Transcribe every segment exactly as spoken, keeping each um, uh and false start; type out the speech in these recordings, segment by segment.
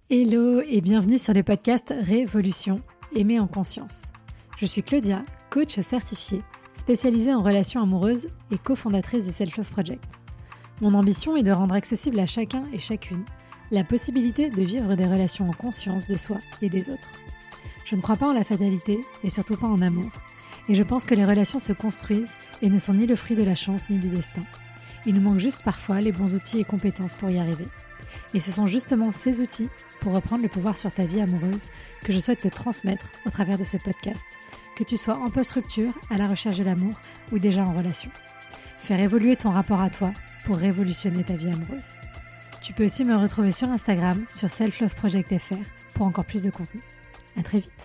Hello et bienvenue sur le podcast Révolution, aimer en conscience. Je suis Claudia, coach certifiée, spécialisée en relations amoureuses et cofondatrice du Self Love Project. Mon ambition est de rendre accessible à chacun et chacune la possibilité de vivre des relations en conscience de soi et des autres. Je ne crois pas en la fatalité et surtout pas en amour. Et je pense que les relations se construisent et ne sont ni le fruit de la chance ni du destin. Il nous manque juste parfois les bons outils et compétences pour y arriver. Et ce sont justement ces outils, pour reprendre le pouvoir sur ta vie amoureuse, que je souhaite te transmettre au travers de ce podcast, que tu sois en post-rupture, à la recherche de l'amour ou déjà en relation. Faire évoluer ton rapport à toi pour révolutionner ta vie amoureuse. Tu peux aussi me retrouver sur Instagram, sur Self Love Project F R, pour encore plus de contenu. À très vite.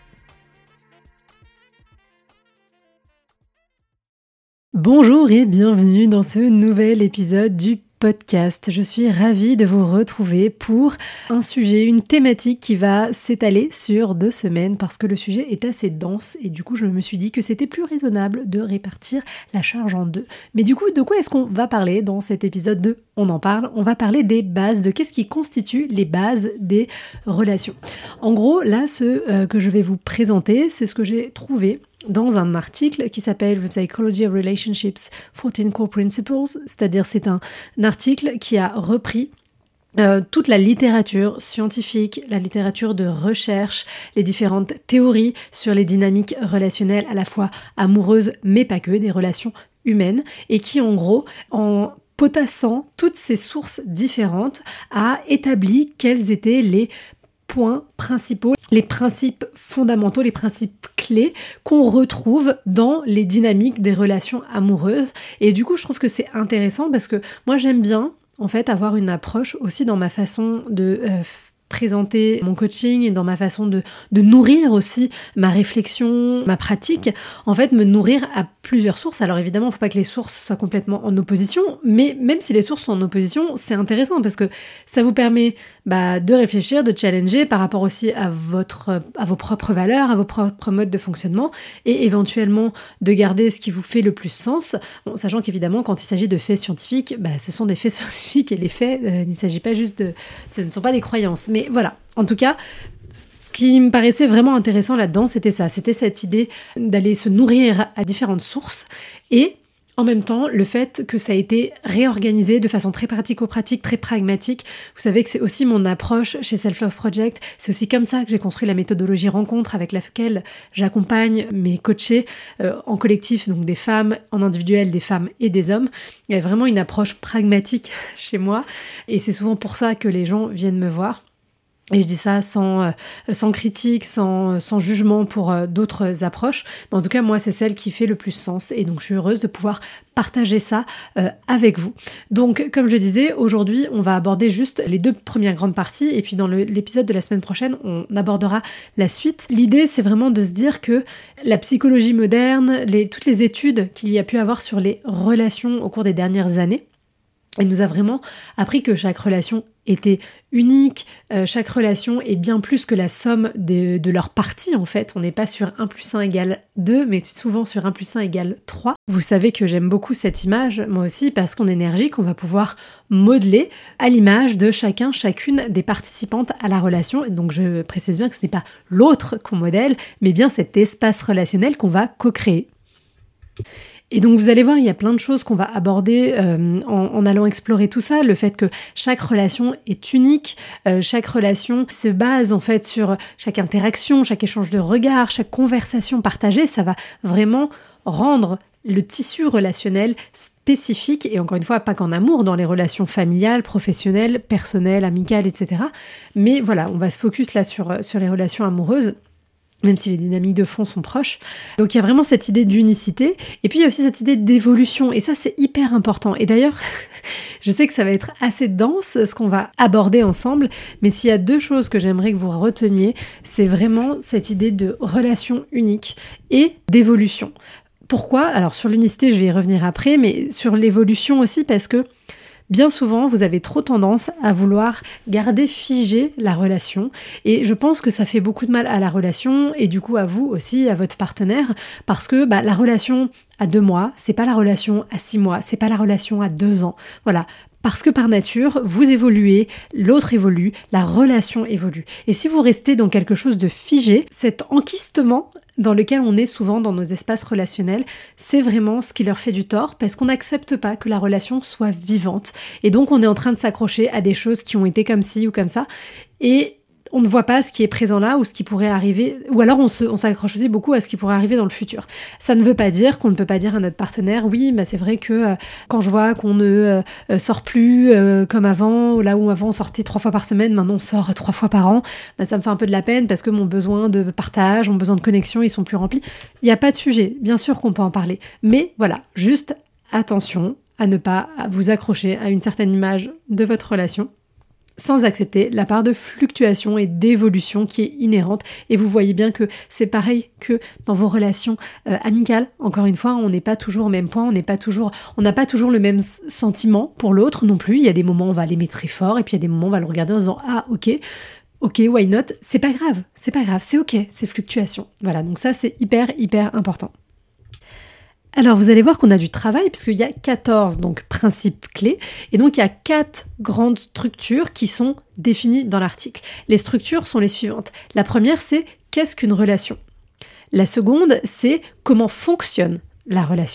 Bonjour et bienvenue dans ce nouvel épisode du podcast. Je suis ravie de vous retrouver pour un sujet, une thématique qui va s'étaler sur deux semaines parce que le sujet est assez dense et du coup je me suis dit que c'était plus raisonnable de répartir la charge en deux. Mais du coup, de quoi est-ce qu'on va parler dans cet épisode deux ? On en parle, on va parler des bases, de qu'est-ce qui constitue les bases des relations. En gros, là, ce euh, que je vais vous présenter, c'est ce que j'ai trouvé dans un article qui s'appelle The Psychology of Relationships, fourteen Core Principles, c'est-à-dire c'est un, un article qui a repris euh, toute la littérature scientifique, la littérature de recherche, les différentes théories sur les dynamiques relationnelles à la fois amoureuses mais pas que, des relations humaines, et qui en gros, en potassant toutes ces sources différentes, a établi quels étaient les points principaux, les principes fondamentaux, les principes clés qu'on retrouve dans les dynamiques des relations amoureuses. Et du coup, je trouve que c'est intéressant parce que moi, j'aime bien, en fait, avoir une approche aussi dans ma façon de euh, présenter mon coaching et dans ma façon de, de nourrir aussi ma réflexion, ma pratique, en fait, me nourrir à plusieurs sources. Alors évidemment, il ne faut pas que les sources soient complètement en opposition, mais même si les sources sont en opposition, c'est intéressant parce que ça vous permet bah, de réfléchir, de challenger par rapport aussi à, votre, à vos propres valeurs, à vos propres modes de fonctionnement et éventuellement de garder ce qui vous fait le plus sens, bon, sachant qu'évidemment, quand il s'agit de faits scientifiques, bah, ce sont des faits scientifiques et les faits, euh, il ne s'agit pas juste de... ce ne sont pas des croyances, mais voilà, en tout cas, ce qui me paraissait vraiment intéressant là-dedans, c'était ça, c'était cette idée d'aller se nourrir à différentes sources et en même temps, le fait que ça a été réorganisé de façon très pratico-pratique, très pragmatique. Vous savez que c'est aussi mon approche chez Self Love Project. C'est aussi comme ça que j'ai construit la méthodologie rencontre avec laquelle j'accompagne mes coachés euh, en collectif, donc des femmes, en individuel, des femmes et des hommes. Il y a vraiment une approche pragmatique chez moi et c'est souvent pour ça que les gens viennent me voir. Et je dis ça sans, euh, sans critique, sans, sans jugement pour euh, d'autres approches. Mais en tout cas, moi, c'est celle qui fait le plus sens. Et donc, je suis heureuse de pouvoir partager ça euh, avec vous. Donc, comme je disais, aujourd'hui, on va aborder juste les deux premières grandes parties. Et puis, dans le, l'épisode de la semaine prochaine, on abordera la suite. L'idée, c'est vraiment de se dire que la psychologie moderne, les, toutes les études qu'il y a pu avoir sur les relations au cours des dernières années, elle nous a vraiment appris que chaque relation était unique, euh, chaque relation est bien plus que la somme de, de leurs parties en fait. On n'est pas sur un plus un égale deux, mais souvent sur un plus un égale trois. Vous savez que j'aime beaucoup cette image, moi aussi, parce qu'en énergie, qu'on va pouvoir modeler à l'image de chacun, chacune des participantes à la relation. Donc je précise bien que ce n'est pas l'autre qu'on modèle, mais bien cet espace relationnel qu'on va co-créer. Et donc vous allez voir, il y a plein de choses qu'on va aborder euh, en, en allant explorer tout ça, le fait que chaque relation est unique, euh, chaque relation se base en fait sur chaque interaction, chaque échange de regards, chaque conversation partagée, ça va vraiment rendre le tissu relationnel spécifique, et encore une fois, pas qu'en amour, dans les relations familiales, professionnelles, personnelles, amicales, et cetera. Mais voilà, on va se focus là sur, sur les relations amoureuses, même si les dynamiques de fond sont proches. Donc il y a vraiment cette idée d'unicité, et puis il y a aussi cette idée d'évolution, et ça c'est hyper important. Et d'ailleurs, je sais que ça va être assez dense ce qu'on va aborder ensemble, mais s'il y a deux choses que j'aimerais que vous reteniez, c'est vraiment cette idée de relation unique et d'évolution. Pourquoi ? Alors sur l'unicité, je vais y revenir après, mais sur l'évolution aussi, parce que bien souvent, vous avez trop tendance à vouloir garder figée la relation, et je pense que ça fait beaucoup de mal à la relation et du coup à vous aussi, à votre partenaire, parce que bah, la relation à deux mois, c'est pas la relation à six mois, c'est pas la relation à deux ans. Voilà. Parce que par nature, vous évoluez, l'autre évolue, la relation évolue. Et si vous restez dans quelque chose de figé, cet enquistement dans lequel on est souvent dans nos espaces relationnels, c'est vraiment ce qui leur fait du tort parce qu'on n'accepte pas que la relation soit vivante. Et donc on est en train de s'accrocher à des choses qui ont été comme ci ou comme ça. Et on ne voit pas ce qui est présent là ou ce qui pourrait arriver, ou alors on, se, on s'accroche aussi beaucoup à ce qui pourrait arriver dans le futur. Ça ne veut pas dire qu'on ne peut pas dire à notre partenaire, oui, bah c'est vrai que euh, quand je vois qu'on ne euh, sort plus euh, comme avant, là où avant on sortait trois fois par semaine, maintenant on sort trois fois par an, bah ça me fait un peu de la peine parce que mon besoin de partage, mon besoin de connexion, ils sont plus remplis. Il n'y a pas de sujet, bien sûr qu'on peut en parler, mais voilà, juste attention à ne pas vous accrocher à une certaine image de votre relation, sans accepter la part de fluctuation et d'évolution qui est inhérente. Et vous voyez bien que c'est pareil que dans vos relations euh, amicales. Encore une fois, on n'est pas toujours au même point, on n'est pas toujours, on n'a pas toujours le même sentiment pour l'autre non plus. Il y a des moments où on va l'aimer très fort et puis il y a des moments où on va le regarder en disant « Ah, ok, ok, why not ?» C'est pas grave, c'est pas grave, c'est ok, c'est fluctuation. Voilà, donc ça c'est hyper, hyper important. Alors vous allez voir qu'on a du travail puisqu'il y a quatorze donc, principes clés et donc il y a quatre grandes structures qui sont définies dans l'article. Les structures sont les suivantes. La première c'est qu'est-ce qu'une relation ? La seconde c'est comment fonctionne la relation ?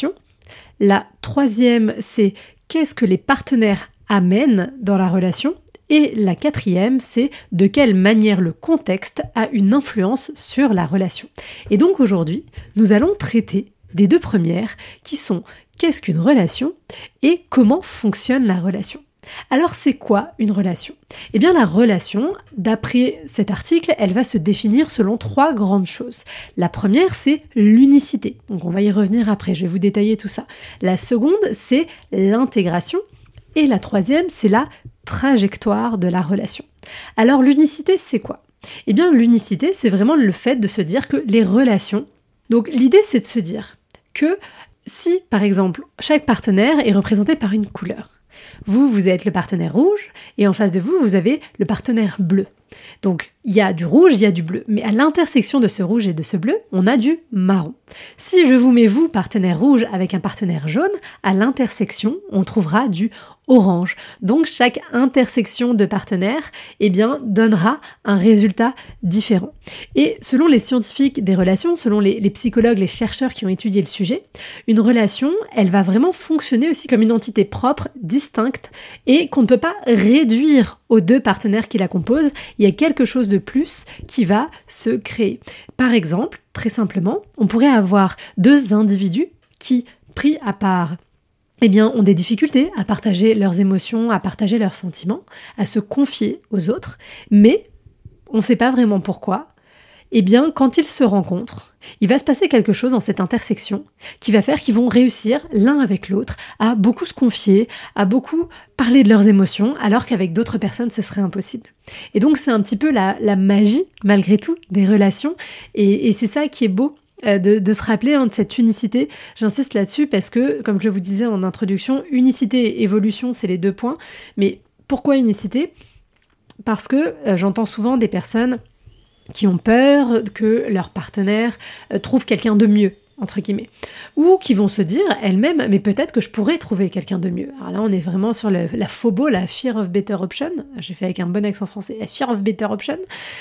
La troisième c'est qu'est-ce que les partenaires amènent dans la relation ? Et la quatrième, c'est de quelle manière le contexte a une influence sur la relation. Et donc aujourd'hui, nous allons traiter des deux premières qui sont qu'est-ce qu'une relation et comment fonctionne la relation. Alors c'est quoi une relation ? Eh bien la relation, d'après cet article, elle va se définir selon trois grandes choses. La première c'est l'unicité, donc on va y revenir après, je vais vous détailler tout ça. La seconde c'est l'intégration et la troisième c'est la trajectoire de la relation. Alors l'unicité c'est quoi ? Eh bien l'unicité c'est vraiment le fait de se dire que les relations, donc l'idée c'est de se dire que si, par exemple, chaque partenaire est représenté par une couleur, vous, vous êtes le partenaire rouge, et en face de vous, vous avez le partenaire bleu. Donc, il y a du rouge, il y a du bleu. Mais à l'intersection de ce rouge et de ce bleu, on a du marron. Si je vous mets, vous, partenaire rouge, avec un partenaire jaune, à l'intersection, on trouvera du orange. Donc, chaque intersection de partenaires, eh bien, donnera un résultat différent. Et selon les scientifiques des relations, selon les, les psychologues, les chercheurs qui ont étudié le sujet, une relation, elle va vraiment fonctionner aussi comme une entité propre, distincte, et qu'on ne peut pas réduire aux deux partenaires qui la composent. Il y a quelque chose de plus qui va se créer. Par exemple, très simplement, on pourrait avoir deux individus qui, pris à part, eh bien, ont des difficultés à partager leurs émotions, à partager leurs sentiments, à se confier aux autres, mais on ne sait pas vraiment pourquoi. Eh bien, quand ils se rencontrent, il va se passer quelque chose dans cette intersection qui va faire qu'ils vont réussir l'un avec l'autre à beaucoup se confier, à beaucoup parler de leurs émotions, alors qu'avec d'autres personnes, ce serait impossible. Et donc, c'est un petit peu la, la magie, malgré tout, des relations. Et, et c'est ça qui est beau. De, de se rappeler hein, de cette unicité. J'insiste là-dessus parce que, comme je vous disais en introduction, unicité et évolution, c'est les deux points. Mais pourquoi unicité ? Parce que euh, j'entends souvent des personnes qui ont peur que leur partenaire euh, trouve quelqu'un de mieux, entre guillemets. Ou qui vont se dire elles-mêmes, mais peut-être que je pourrais trouver quelqu'un de mieux. Alors là, on est vraiment sur le, la phobo, la fear of better option. J'ai fait avec un bon accent français, la fear of better option.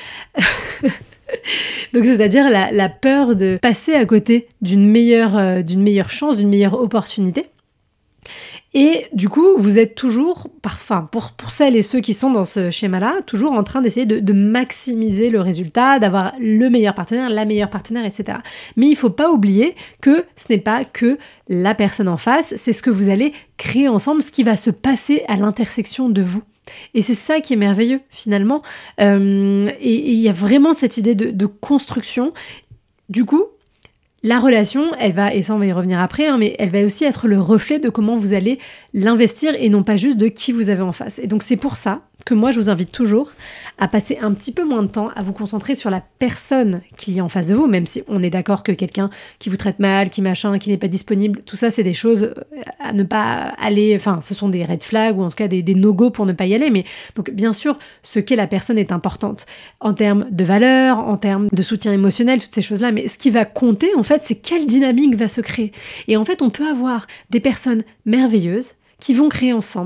Donc c'est-à-dire la, la peur de passer à côté d'une meilleure, euh, d'une meilleure chance, d'une meilleure opportunité. Et du coup, vous êtes toujours, enfin, pour, pour celles et ceux qui sont dans ce schéma-là, toujours en train d'essayer de, de maximiser le résultat, d'avoir le meilleur partenaire, la meilleure partenaire, et cetera. Mais il ne faut pas oublier que ce n'est pas que la personne en face, c'est ce que vous allez créer ensemble, ce qui va se passer à l'intersection de vous. Et c'est ça qui est merveilleux finalement. Euh, et il y a vraiment cette idée de, de construction. Du coup, la relation, elle va, et ça on va y revenir après, hein, mais elle va aussi être le reflet de comment vous allez l'investir et non pas juste de qui vous avez en face. Et donc c'est pour ça que moi je vous invite toujours à passer un petit peu moins de temps à vous concentrer sur la personne qui est en face de vous, même si on est d'accord que quelqu'un qui vous traite mal, qui machin, qui n'est pas disponible, tout ça c'est des choses à ne pas aller, enfin ce sont des red flags ou en tout cas des, des no-go pour ne pas y aller, mais donc bien sûr ce qu'est la personne est importante en termes de valeur, en termes de soutien émotionnel, toutes ces choses-là, mais ce qui va compter en fait c'est quelle dynamique va se créer. Et en fait on peut avoir des personnes merveilleuses qui vont créer ensemble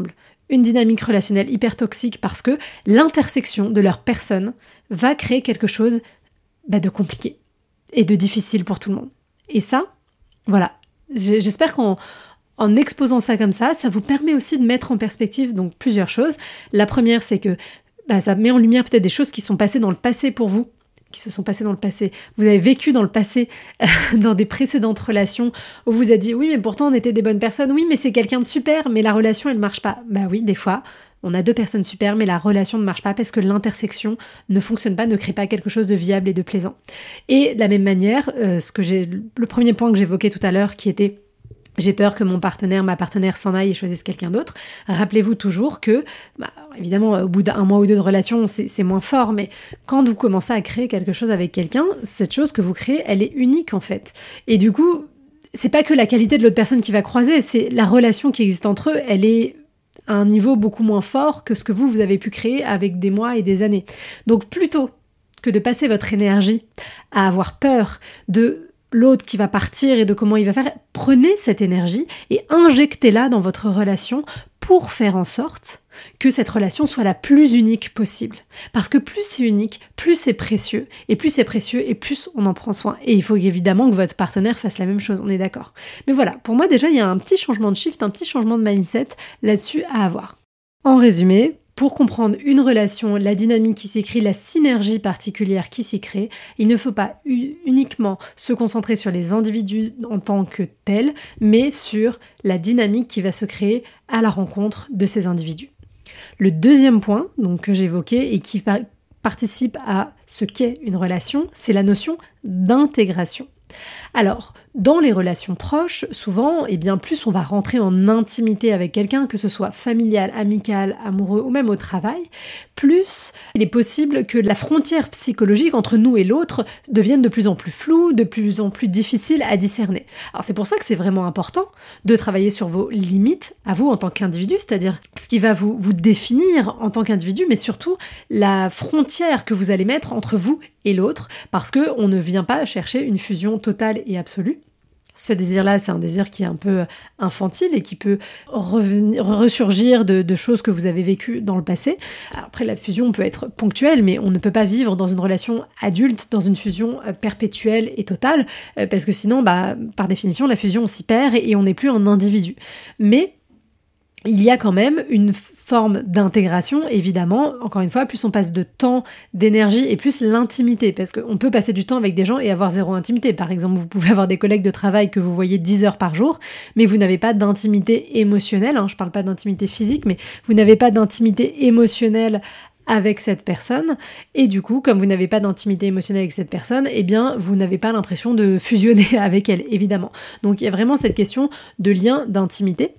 une dynamique relationnelle hyper toxique parce que l'intersection de leurs personnes va créer quelque chose bah, de compliqué et de difficile pour tout le monde. Et ça, voilà, j'espère qu'en en exposant ça comme ça, ça vous permet aussi de mettre en perspective donc plusieurs choses. La première, c'est que bah, ça met en lumière peut-être des choses qui sont passées dans le passé pour vous, qui se sont passées dans le passé. Vous avez vécu dans le passé, dans des précédentes relations, où vous avez dit « oui, mais pourtant on était des bonnes personnes, oui, mais c'est quelqu'un de super, mais la relation, elle marche pas. » Bah oui, des fois, on a deux personnes super, mais la relation ne marche pas parce que l'intersection ne fonctionne pas, ne crée pas quelque chose de viable et de plaisant. Et de la même manière, euh, ce que j'ai, le premier point que j'évoquais tout à l'heure, qui était j'ai peur que mon partenaire, ma partenaire s'en aille et choisisse quelqu'un d'autre. Rappelez-vous toujours que, bah, évidemment, au bout d'un mois ou deux de relation, c'est, c'est moins fort, mais quand vous commencez à créer quelque chose avec quelqu'un, cette chose que vous créez, elle est unique en fait. Et du coup, c'est pas que la qualité de l'autre personne qui va croiser, c'est la relation qui existe entre eux, elle est à un niveau beaucoup moins fort que ce que vous, vous avez pu créer avec des mois et des années. Donc plutôt que de passer votre énergie à avoir peur de l'autre qui va partir et de comment il va faire, prenez cette énergie et injectez-la dans votre relation pour faire en sorte que cette relation soit la plus unique possible. Parce que plus c'est unique, plus c'est précieux. Et plus c'est précieux, et plus on en prend soin. Et il faut évidemment que votre partenaire fasse la même chose, on est d'accord. Mais voilà, pour moi déjà, il y a un petit changement de shift, un petit changement de mindset là-dessus à avoir. En résumé, pour comprendre une relation, la dynamique qui s'y crée, la synergie particulière qui s'y crée, il ne faut pas u- uniquement se concentrer sur les individus en tant que tels, mais sur la dynamique qui va se créer à la rencontre de ces individus. Le deuxième point donc, que j'évoquais et qui par- participe à ce qu'est une relation, c'est la notion d'intégration. Alors, dans les relations proches, souvent, eh bien, plus on va rentrer en intimité avec quelqu'un, que ce soit familial, amical, amoureux ou même au travail, plus il est possible que la frontière psychologique entre nous et l'autre devienne de plus en plus floue, de plus en plus difficile à discerner. Alors c'est pour ça que c'est vraiment important de travailler sur vos limites à vous en tant qu'individu, c'est-à-dire ce qui va vous, vous définir en tant qu'individu, mais surtout la frontière que vous allez mettre entre vous et l'autre, parce qu'on ne vient pas chercher une fusion totale et absolue. Ce désir-là, c'est un désir qui est un peu infantile et qui peut revenir, ressurgir de, de choses que vous avez vécues dans le passé. Alors après, la fusion peut être ponctuelle, mais on ne peut pas vivre dans une relation adulte, dans une fusion perpétuelle et totale, parce que sinon, bah, par définition, la fusion, on s'y perd et on n'est plus un individu. Mais il y a quand même une forme d'intégration, évidemment. Encore une fois, plus on passe de temps, d'énergie et plus l'intimité, parce qu'on peut passer du temps avec des gens et avoir zéro intimité. Par exemple, vous pouvez avoir des collègues de travail que vous voyez dix heures par jour, mais vous n'avez pas d'intimité émotionnelle, hein, je ne parle pas d'intimité physique, mais vous n'avez pas d'intimité émotionnelle avec cette personne, et du coup, comme vous n'avez pas d'intimité émotionnelle avec cette personne, eh bien, vous n'avez pas l'impression de fusionner avec elle, évidemment. Donc, il y a vraiment cette question de lien, d'intimité.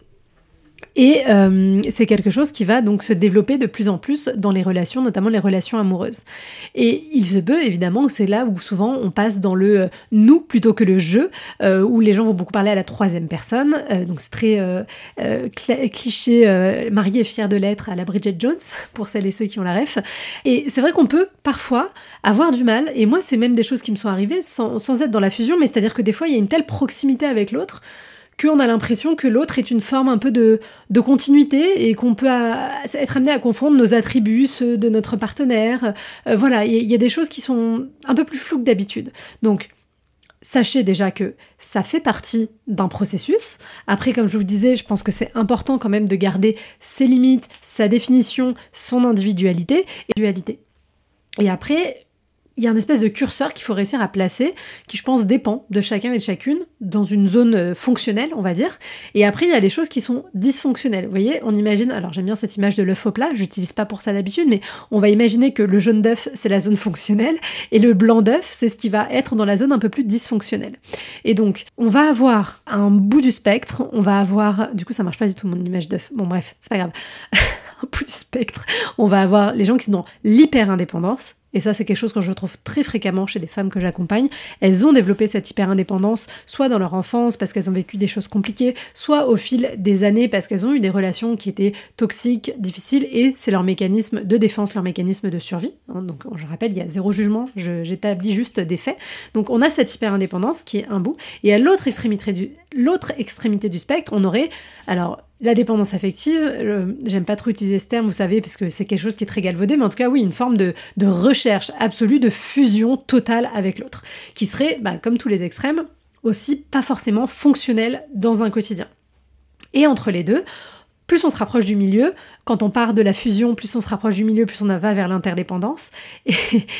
Et euh, c'est quelque chose qui va donc se développer de plus en plus dans les relations, notamment les relations amoureuses. Et il se peut évidemment que c'est là où souvent on passe dans le euh, nous plutôt que le je, euh, où les gens vont beaucoup parler à la troisième personne. Euh, donc c'est très euh, euh, cl- cliché, euh, marié et fier de l'être à la Bridget Jones, pour celles et ceux qui ont la ref. Et c'est vrai qu'on peut parfois avoir du mal, et moi c'est même des choses qui me sont arrivées sans, sans être dans la fusion, mais c'est-à-dire que des fois il y a une telle proximité avec l'autre qu'on a l'impression que l'autre est une forme un peu de, de continuité et qu'on peut à, être amené à confondre nos attributs, ceux de notre partenaire. Euh, voilà, il y, y a des choses qui sont un peu plus floues que d'habitude. Donc, sachez déjà que ça fait partie d'un processus. Après, comme je vous le disais, je pense que c'est important quand même de garder ses limites, sa définition, son individualité et dualité. Et après, il y a une espèce de curseur qu'il faut réussir à placer, qui je pense dépend de chacun et de chacune, dans une zone fonctionnelle, on va dire. Et après, il y a les choses qui sont dysfonctionnelles. Vous voyez, on imagine, alors j'aime bien cette image de l'œuf au plat, j'utilise pas pour ça d'habitude, mais on va imaginer que le jaune d'œuf, c'est la zone fonctionnelle, et le blanc d'œuf, c'est ce qui va être dans la zone un peu plus dysfonctionnelle. Et donc, on va avoir un bout du spectre, on va avoir... Du coup, ça marche pas du tout, mon image d'œuf. Bon bref, c'est pas grave. Un bout du spectre, on va avoir les gens qui sont dans l'hyper-indépendance, et ça c'est quelque chose que je trouve très fréquemment chez des femmes que j'accompagne, elles ont développé cette hyper-indépendance, soit dans leur enfance parce qu'elles ont vécu des choses compliquées, soit au fil des années parce qu'elles ont eu des relations qui étaient toxiques, difficiles, et c'est leur mécanisme de défense, leur mécanisme de survie. Hein, donc je rappelle, il y a zéro jugement, je, j'établis juste des faits. Donc on a cette hyper-indépendance qui est un bout, et à l'autre extrémité du, l'autre extrémité du spectre, on aurait, alors la dépendance affective, euh, j'aime pas trop utiliser ce terme, vous savez, parce que c'est quelque chose qui est très galvaudé, mais en tout cas, oui, une forme de, de recherche absolue, de fusion totale avec l'autre, qui serait, bah, comme tous les extrêmes, aussi pas forcément fonctionnelle dans un quotidien. Et entre les deux, plus on se rapproche du milieu, quand on part de la fusion, plus on se rapproche du milieu, plus on va vers l'interdépendance, et,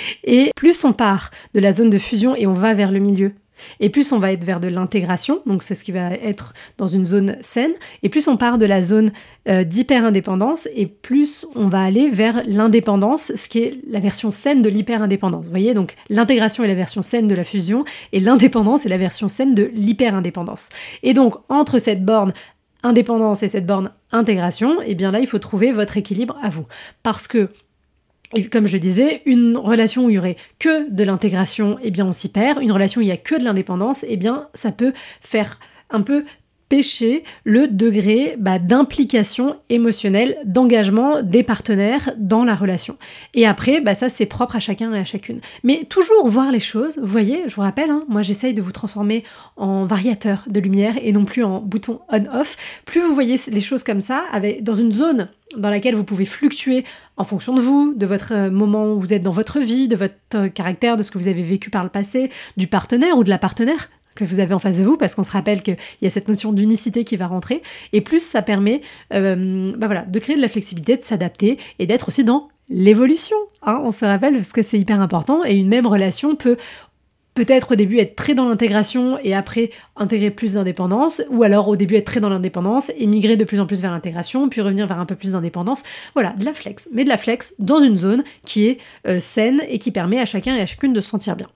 et plus on part de la zone de fusion et on va vers le milieu, et plus on va être vers de l'intégration, donc c'est ce qui va être dans une zone saine, et plus on part de la zone euh, d'hyper-indépendance, et plus on va aller vers l'indépendance, ce qui est la version saine de l'hyper-indépendance. Vous voyez, donc l'intégration est la version saine de la fusion, et l'indépendance est la version saine de l'hyper-indépendance. Et donc, entre cette borne indépendance et cette borne intégration, et eh bien là, il faut trouver votre équilibre à vous. Parce que, et comme je le disais, une relation où il y aurait que de l'intégration, eh bien on s'y perd. Une relation où il n'y a que de l'indépendance, eh bien ça peut faire un peu pêcher le degré bah, d'implication émotionnelle, d'engagement des partenaires dans la relation. Et après, bah, ça c'est propre à chacun et à chacune. Mais toujours voir les choses, vous voyez, je vous rappelle, hein, moi j'essaye de vous transformer en variateur de lumière et non plus en bouton on-off. Plus vous voyez les choses comme ça, avec, dans une zone dans laquelle vous pouvez fluctuer en fonction de vous, de votre moment où vous êtes dans votre vie, de votre caractère, de ce que vous avez vécu par le passé, du partenaire ou de la partenaire que vous avez en face de vous, parce qu'on se rappelle qu'il y a cette notion d'unicité qui va rentrer, et plus ça permet euh, bah voilà, de créer de la flexibilité, de s'adapter, et d'être aussi dans l'évolution. Hein, on se rappelle, parce que c'est hyper important, et une même relation peut peut-être au début être très dans l'intégration, et après intégrer plus d'indépendance, ou alors au début être très dans l'indépendance, et migrer de plus en plus vers l'intégration, puis revenir vers un peu plus d'indépendance. Voilà, de la flex, mais de la flex dans une zone qui est euh, saine, et qui permet à chacun et à chacune de se sentir bien.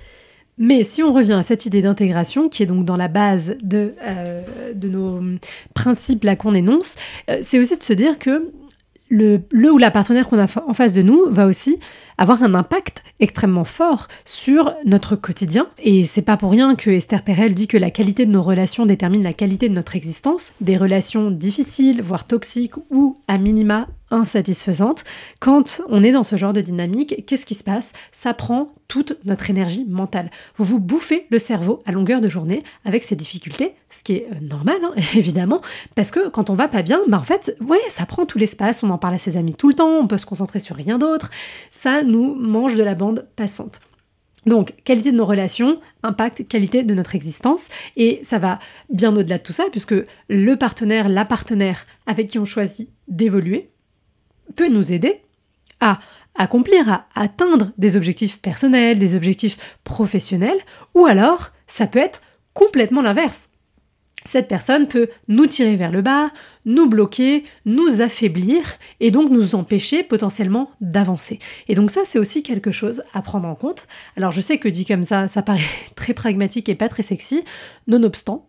Mais si on revient à cette idée d'intégration, qui est donc dans la base de, euh, de nos principes là qu'on énonce, euh, c'est aussi de se dire que le, le ou la partenaire qu'on a en face de nous va aussi avoir un impact extrêmement fort sur notre quotidien. Et c'est pas pour rien que Esther Perel dit que la qualité de nos relations détermine la qualité de notre existence. Des relations difficiles, voire toxiques, ou à minima insatisfaisantes. Quand on est dans ce genre de dynamique, qu'est-ce qui se passe ? Ça prend toute notre énergie mentale. Vous vous bouffez le cerveau à longueur de journée avec ces difficultés, ce qui est normal, hein, évidemment, parce que quand on va pas bien, bah en fait, ouais, ça prend tout l'espace, on en parle à ses amis tout le temps, on peut se concentrer sur rien d'autre, ça nous mange de la bande passante. Donc, qualité de nos relations, impact, qualité de notre existence, et ça va bien au-delà de tout ça, puisque le partenaire, la partenaire avec qui on choisit d'évoluer, peut nous aider à accomplir, à atteindre des objectifs personnels, des objectifs professionnels, ou alors ça peut être complètement l'inverse. Cette personne peut nous tirer vers le bas, nous bloquer, nous affaiblir et donc nous empêcher potentiellement d'avancer. Et donc ça, c'est aussi quelque chose à prendre en compte. Alors je sais que dit comme ça, ça paraît très pragmatique et pas très sexy, nonobstant,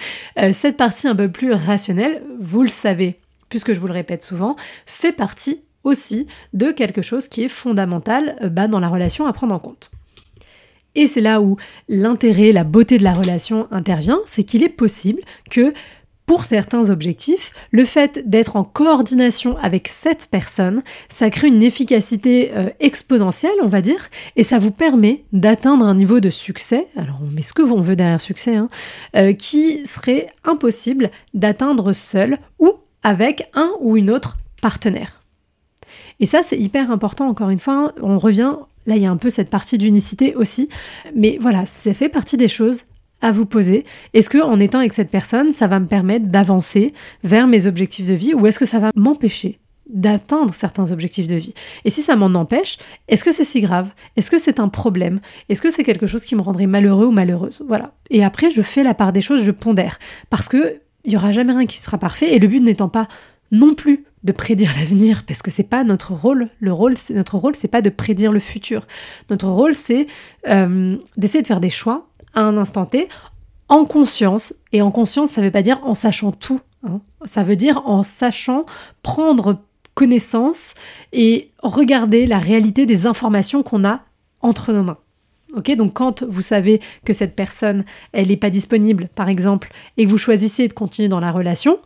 cette partie un peu plus rationnelle, vous le savez, puisque je vous le répète souvent, fait partie aussi de quelque chose qui est fondamental bah, dans la relation à prendre en compte. Et c'est là où l'intérêt, la beauté de la relation intervient, c'est qu'il est possible que pour certains objectifs, le fait d'être en coordination avec cette personne, ça crée une efficacité euh, exponentielle, on va dire, et ça vous permet d'atteindre un niveau de succès, alors on met ce que on veut derrière succès, hein, euh, qui serait impossible d'atteindre seul ou avec un ou une autre partenaire. Et ça, c'est hyper important, encore une fois, on revient, là il y a un peu cette partie d'unicité aussi, mais voilà, ça fait partie des choses à vous poser. Est-ce qu'en étant avec cette personne, ça va me permettre d'avancer vers mes objectifs de vie, ou est-ce que ça va m'empêcher d'atteindre certains objectifs de vie ? Et si ça m'en empêche, est-ce que c'est si grave ? Est-ce que c'est un problème ? Est-ce que c'est quelque chose qui me rendrait malheureux ou malheureuse ? Voilà. Et après, je fais la part des choses, je pondère, parce que il n'y aura jamais rien qui sera parfait, et le but n'étant pas non plus de prédire l'avenir, parce que c'est pas notre rôle. Le rôle, c'est, notre rôle, c'est pas de prédire le futur. Notre rôle, c'est euh, d'essayer de faire des choix à un instant T, en conscience. Et en conscience, ça veut pas dire en sachant tout. Hein. Ça veut dire en sachant prendre connaissance et regarder la réalité des informations qu'on a entre nos mains. Ok, donc quand vous savez que cette personne, elle n'est pas disponible, par exemple, et que vous choisissez de continuer dans la relation,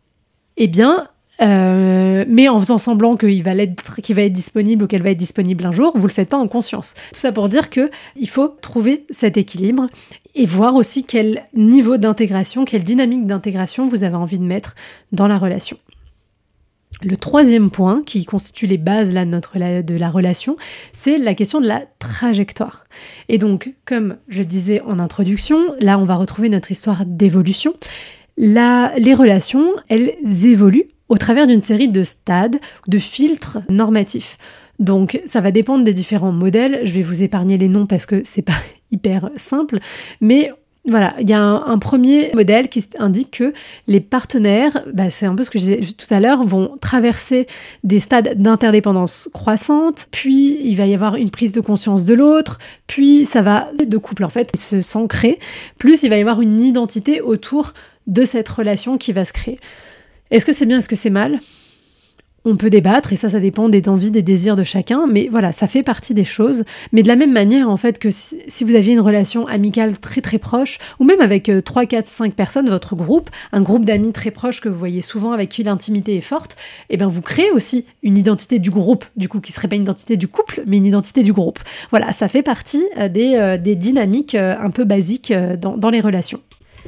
eh bien, euh, mais en faisant semblant qu'il va, l'être, qu'il va être disponible ou qu'elle va être disponible un jour, vous ne le faites pas en conscience. Tout ça pour dire qu'il faut trouver cet équilibre et voir aussi quel niveau d'intégration, quelle dynamique d'intégration vous avez envie de mettre dans la relation. Le troisième point, qui constitue les bases là, de, notre, de la relation, c'est la question de la trajectoire. Et donc, comme je le disais en introduction, là on va retrouver notre histoire d'évolution. Là, les relations, elles évoluent au travers d'une série de stades, de filtres normatifs. Donc, ça va dépendre des différents modèles. Je vais vous épargner les noms parce que c'est pas hyper simple, mais voilà, il y a un, un premier modèle qui indique que les partenaires, bah c'est un peu ce que je disais tout à l'heure, vont traverser des stades d'interdépendance croissante, puis il va y avoir une prise de conscience de l'autre, puis ça va de couple en fait se s'ancrer, plus il va y avoir une identité autour de cette relation qui va se créer. Est-ce que c'est bien, est-ce que c'est mal ? On peut débattre, et ça, ça dépend des envies, des désirs de chacun, mais voilà, ça fait partie des choses. Mais de la même manière, en fait, que si, si vous aviez une relation amicale très très proche, ou même avec euh, trois, quatre, cinq personnes, votre groupe, un groupe d'amis très proches que vous voyez souvent, avec qui l'intimité est forte, eh bien vous créez aussi une identité du groupe, du coup, qui serait pas une identité du couple, mais une identité du groupe. Voilà, ça fait partie euh, des, euh, des dynamiques euh, un peu basiques euh, dans, dans les relations.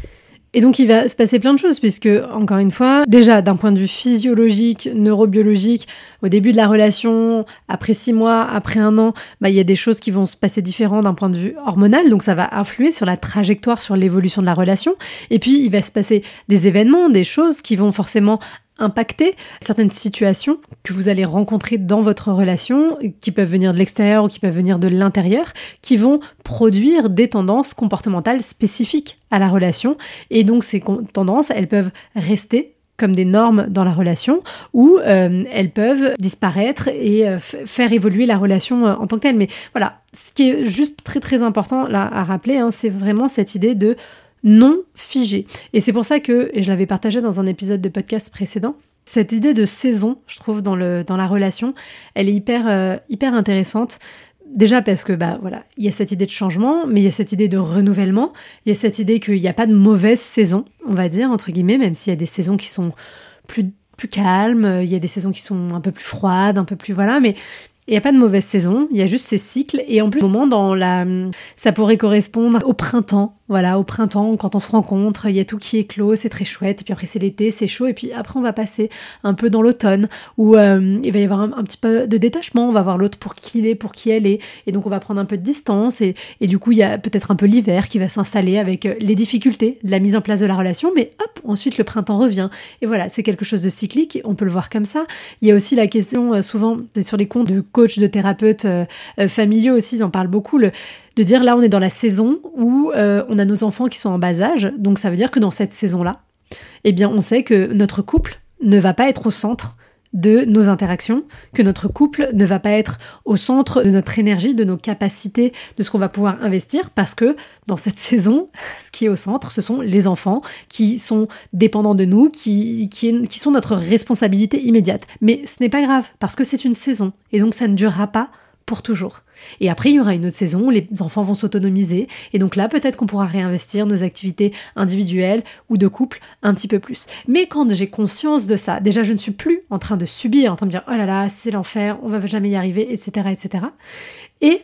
Et donc, il va se passer plein de choses, puisque, encore une fois, déjà, d'un point de vue physiologique, neurobiologique, au début de la relation, après six mois, après un an, bah, il y a des choses qui vont se passer différentes d'un point de vue hormonal, donc ça va influer sur la trajectoire, sur l'évolution de la relation. Et puis, il va se passer des événements, des choses qui vont forcément impacter certaines situations que vous allez rencontrer dans votre relation, qui peuvent venir de l'extérieur ou qui peuvent venir de l'intérieur, qui vont produire des tendances comportementales spécifiques à la relation. Et donc ces tendances, elles peuvent rester comme des normes dans la relation, ou euh, elles peuvent disparaître et euh, f- faire évoluer la relation euh, en tant que telle. Mais voilà, ce qui est juste très très important là à rappeler, hein, c'est vraiment cette idée de non figé. Et c'est pour ça que, et je l'avais partagé dans un épisode de podcast précédent, cette idée de saison, je trouve, dans, le, dans la relation, elle est hyper, euh, hyper intéressante. Déjà parce que, bah voilà, il y a cette idée de changement, mais il y a cette idée de renouvellement, il y a cette idée qu'il n'y a pas de mauvaise saison, on va dire, entre guillemets, même s'il y a des saisons qui sont plus, plus calmes, il y a des saisons qui sont un peu plus froides, un peu plus, voilà, mais il n'y a pas de mauvaise saison, il y a juste ces cycles, et en plus, au moment dans la, ça pourrait correspondre au printemps, voilà, au printemps, quand on se rencontre, il y a tout qui éclot, c'est très chouette, et puis après c'est l'été, c'est chaud, et puis après on va passer un peu dans l'automne, où euh, il va y avoir un, un petit peu de détachement, on va voir l'autre pour qui il est, pour qui elle est, et donc on va prendre un peu de distance, et, et du coup il y a peut-être un peu l'hiver qui va s'installer avec les difficultés de la mise en place de la relation, mais hop, ensuite le printemps revient, et voilà, c'est quelque chose de cyclique, on peut le voir comme ça. Il y a aussi la question, euh, souvent, c'est sur les comptes de coachs, de thérapeutes euh, euh, familiaux aussi, ils en parlent beaucoup, le de dire là on est dans la saison où euh, on a nos enfants qui sont en bas âge, donc ça veut dire que dans cette saison-là, eh bien on sait que notre couple ne va pas être au centre de nos interactions, que notre couple ne va pas être au centre de notre énergie, de nos capacités, de ce qu'on va pouvoir investir, parce que dans cette saison, ce qui est au centre, ce sont les enfants qui sont dépendants de nous, qui, qui, qui sont notre responsabilité immédiate. Mais ce n'est pas grave, parce que c'est une saison, et donc ça ne durera pas pour toujours. Et après, il y aura une autre saison où les enfants vont s'autonomiser. Et donc là, peut-être qu'on pourra réinvestir nos activités individuelles ou de couple un petit peu plus. Mais quand j'ai conscience de ça, déjà, je ne suis plus en train de subir, en train de dire « Oh là là, c'est l'enfer, on va jamais y arriver, et cetera, et cetera » Et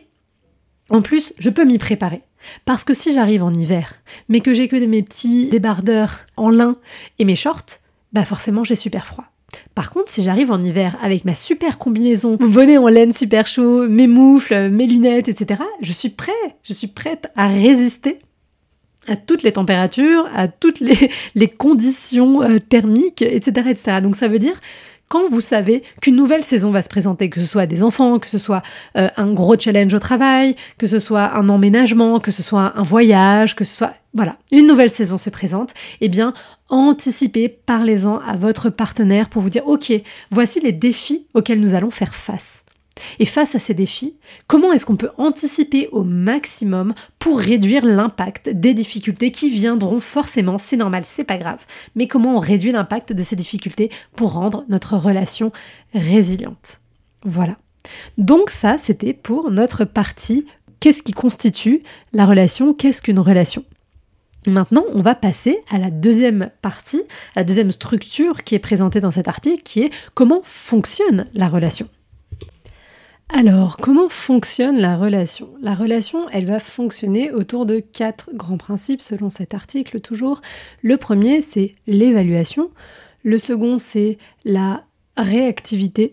en plus, je peux m'y préparer. Parce que si j'arrive en hiver, mais que j'ai que mes petits débardeurs en lin et mes shorts, bah forcément, j'ai super froid. Par contre, si j'arrive en hiver avec ma super combinaison, mon bonnet en laine super chaud, mes moufles, mes lunettes, et cetera, je suis prête, je suis prête à résister à toutes les températures, à toutes les, les conditions euh, thermiques, et cetera, et cetera. Donc ça veut dire, quand vous savez qu'une nouvelle saison va se présenter, que ce soit des enfants, que ce soit euh, un gros challenge au travail, que ce soit un emménagement, que ce soit un voyage, que ce soit... Voilà, une nouvelle saison se présente, eh bien, anticipez, parlez-en à votre partenaire pour vous dire « Ok, voici les défis auxquels nous allons faire face. » Et face à ces défis, comment est-ce qu'on peut anticiper au maximum pour réduire l'impact des difficultés qui viendront forcément, c'est normal, c'est pas grave, mais comment on réduit l'impact de ces difficultés pour rendre notre relation résiliente? Voilà. Donc ça, c'était pour notre partie qu'est-ce qui constitue la relation, qu'est-ce qu'une relation? Maintenant, on va passer à la deuxième partie, à la deuxième structure qui est présentée dans cet article, qui est comment fonctionne la relation. Alors, comment fonctionne la relation? La relation, elle va fonctionner autour de quatre grands principes selon cet article toujours. Le premier, c'est l'évaluation. Le second, c'est la réactivité.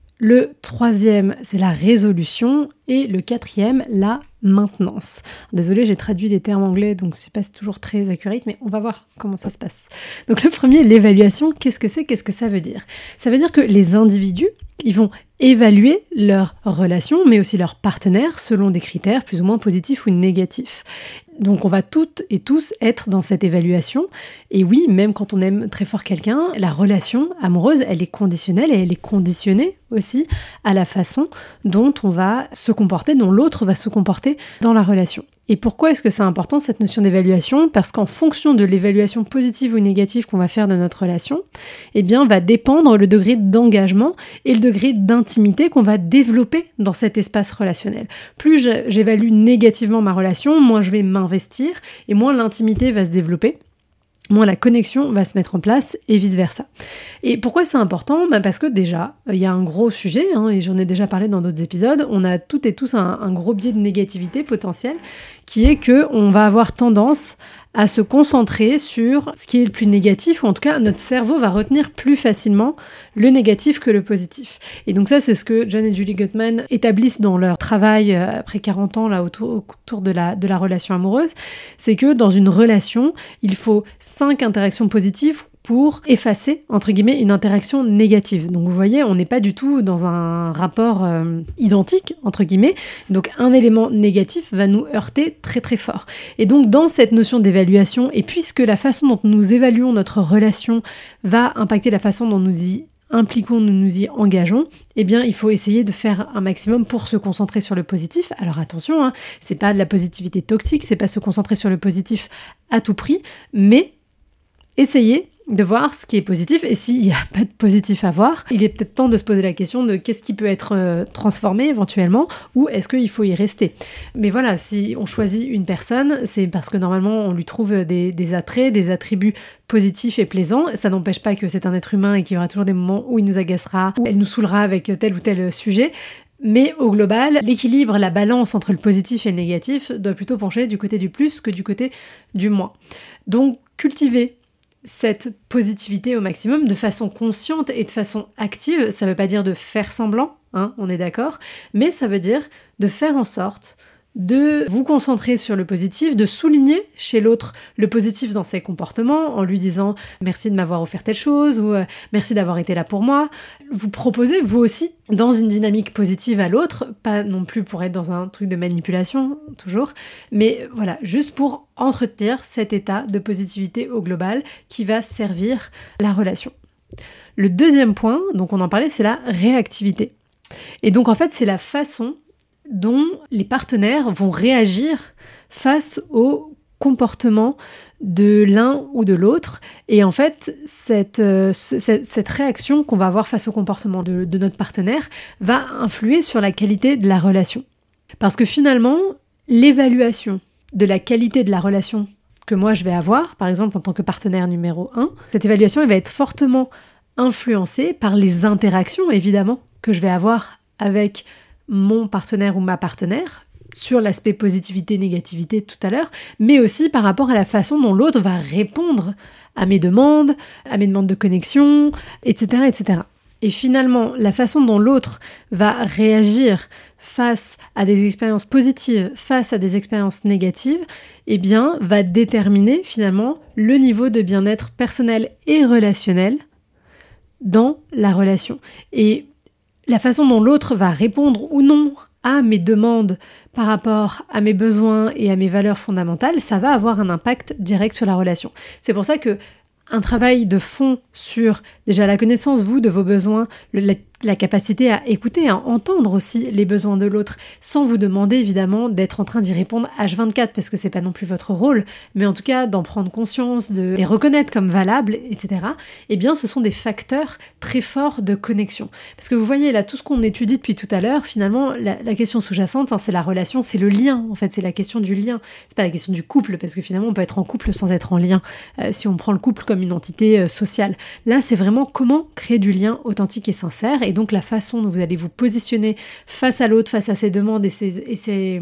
Le troisième, c'est la résolution. Et le quatrième, la maintenance. Désolée, j'ai traduit des termes anglais, donc c'est pas toujours très accurate, mais on va voir comment ça se passe. Donc le premier, l'évaluation, qu'est-ce que c'est? Qu'est-ce que ça veut dire? Ça veut dire que les individus, ils vont évaluer leur relation, mais aussi leur partenaire, selon des critères plus ou moins positifs ou négatifs. Donc on va toutes et tous être dans cette évaluation. Et oui, même quand on aime très fort quelqu'un, la relation amoureuse, elle est conditionnelle et elle est conditionnée aussi à la façon dont on va se comporter, dont l'autre va se comporter dans la relation. Et pourquoi est-ce que c'est important cette notion d'évaluation? Parce qu'en fonction de l'évaluation positive ou négative qu'on va faire de notre relation, eh bien va dépendre le degré d'engagement et le degré d'intimité qu'on va développer dans cet espace relationnel. Plus j'évalue négativement ma relation, moins je vais m'investir et moins l'intimité va se développer. Moins la connexion va se mettre en place et vice-versa. Et pourquoi c'est important? Bah parce que déjà, il y a un gros sujet, hein, et j'en ai déjà parlé dans d'autres épisodes, on a toutes et tous un, un gros biais de négativité potentiel, qui est qu'on va avoir tendance à se concentrer sur ce qui est le plus négatif, ou en tout cas, notre cerveau va retenir plus facilement le négatif que le positif. Et donc ça, c'est ce que John et Julie Gottman établissent dans leur travail après quarante ans là, autour, autour de, la, de la relation amoureuse, c'est que dans une relation, il faut cinq interactions positives pour effacer, entre guillemets, une interaction négative. Donc vous voyez, on n'est pas du tout dans un rapport euh, identique, entre guillemets. Donc un élément négatif va nous heurter très très fort. Et donc dans cette notion d'évaluation, et puisque la façon dont nous évaluons notre relation va impacter la façon dont nous y impliquons, nous nous y engageons, eh bien il faut essayer de faire un maximum pour se concentrer sur le positif. Alors attention, hein, c'est pas de la positivité toxique, c'est pas se concentrer sur le positif à tout prix, mais essayez de voir ce qui est positif, et s'il n'y a pas de positif à voir, il est peut-être temps de se poser la question de qu'est-ce qui peut être euh, transformé éventuellement, ou est-ce qu'il faut y rester. Mais voilà, si on choisit une personne, c'est parce que normalement on lui trouve des, des attraits, des attributs positifs et plaisants. Ça n'empêche pas que c'est un être humain et qu'il y aura toujours des moments où il nous agacera, où elle nous saoulera avec tel ou tel sujet. Mais au global, l'équilibre, la balance entre le positif et le négatif doit plutôt pencher du côté du plus que du côté du moins. Donc cultiver cette positivité au maximum de façon consciente et de façon active. Ça ne veut pas dire de faire semblant, hein, on est d'accord, mais ça veut dire de faire en sorte de vous concentrer sur le positif, de souligner chez l'autre le positif dans ses comportements en lui disant « merci de m'avoir offert telle chose » ou « merci d'avoir été là pour moi ». Vous proposez, vous aussi, dans une dynamique positive à l'autre, pas non plus pour être dans un truc de manipulation, toujours, mais voilà, juste pour entretenir cet état de positivité au global qui va servir la relation. Le deuxième point, donc on en parlait, c'est la réactivité. Et donc en fait, c'est la façon dont les partenaires vont réagir face au comportement de l'un ou de l'autre. Et en fait, cette, euh, cette, cette réaction qu'on va avoir face au comportement de, de notre partenaire va influer sur la qualité de la relation. Parce que finalement, l'évaluation de la qualité de la relation que moi je vais avoir, par exemple en tant que partenaire numéro un, cette évaluation elle va être fortement influencée par les interactions, évidemment, que je vais avoir avec mon partenaire ou ma partenaire, sur l'aspect positivité-négativité tout à l'heure, mais aussi par rapport à la façon dont l'autre va répondre à mes demandes, à mes demandes de connexion, et cetera, et cetera. Et finalement, la façon dont l'autre va réagir face à des expériences positives, face à des expériences négatives, eh bien, va déterminer finalement le niveau de bien-être personnel et relationnel dans la relation. Et la façon dont l'autre va répondre ou non à mes demandes par rapport à mes besoins et à mes valeurs fondamentales, ça va avoir un impact direct sur la relation. C'est pour ça que un travail de fond sur déjà la connaissance, vous, de vos besoins, le, la la capacité à écouter, à entendre aussi les besoins de l'autre, sans vous demander évidemment d'être en train d'y répondre H vingt-quatre, parce que c'est pas non plus votre rôle, mais en tout cas d'en prendre conscience, de les reconnaître comme valables, et cetera. Eh bien, ce sont des facteurs très forts de connexion. Parce que vous voyez là, tout ce qu'on étudie depuis tout à l'heure, finalement, la, la question sous-jacente, hein, c'est la relation, c'est le lien, en fait, c'est la question du lien. C'est pas la question du couple, parce que finalement, on peut être en couple sans être en lien, euh, si on prend le couple comme une entité euh, sociale. Là, c'est vraiment comment créer du lien authentique et sincère, et donc la façon dont vous allez vous positionner face à l'autre, face à ses demandes et ses, et ses,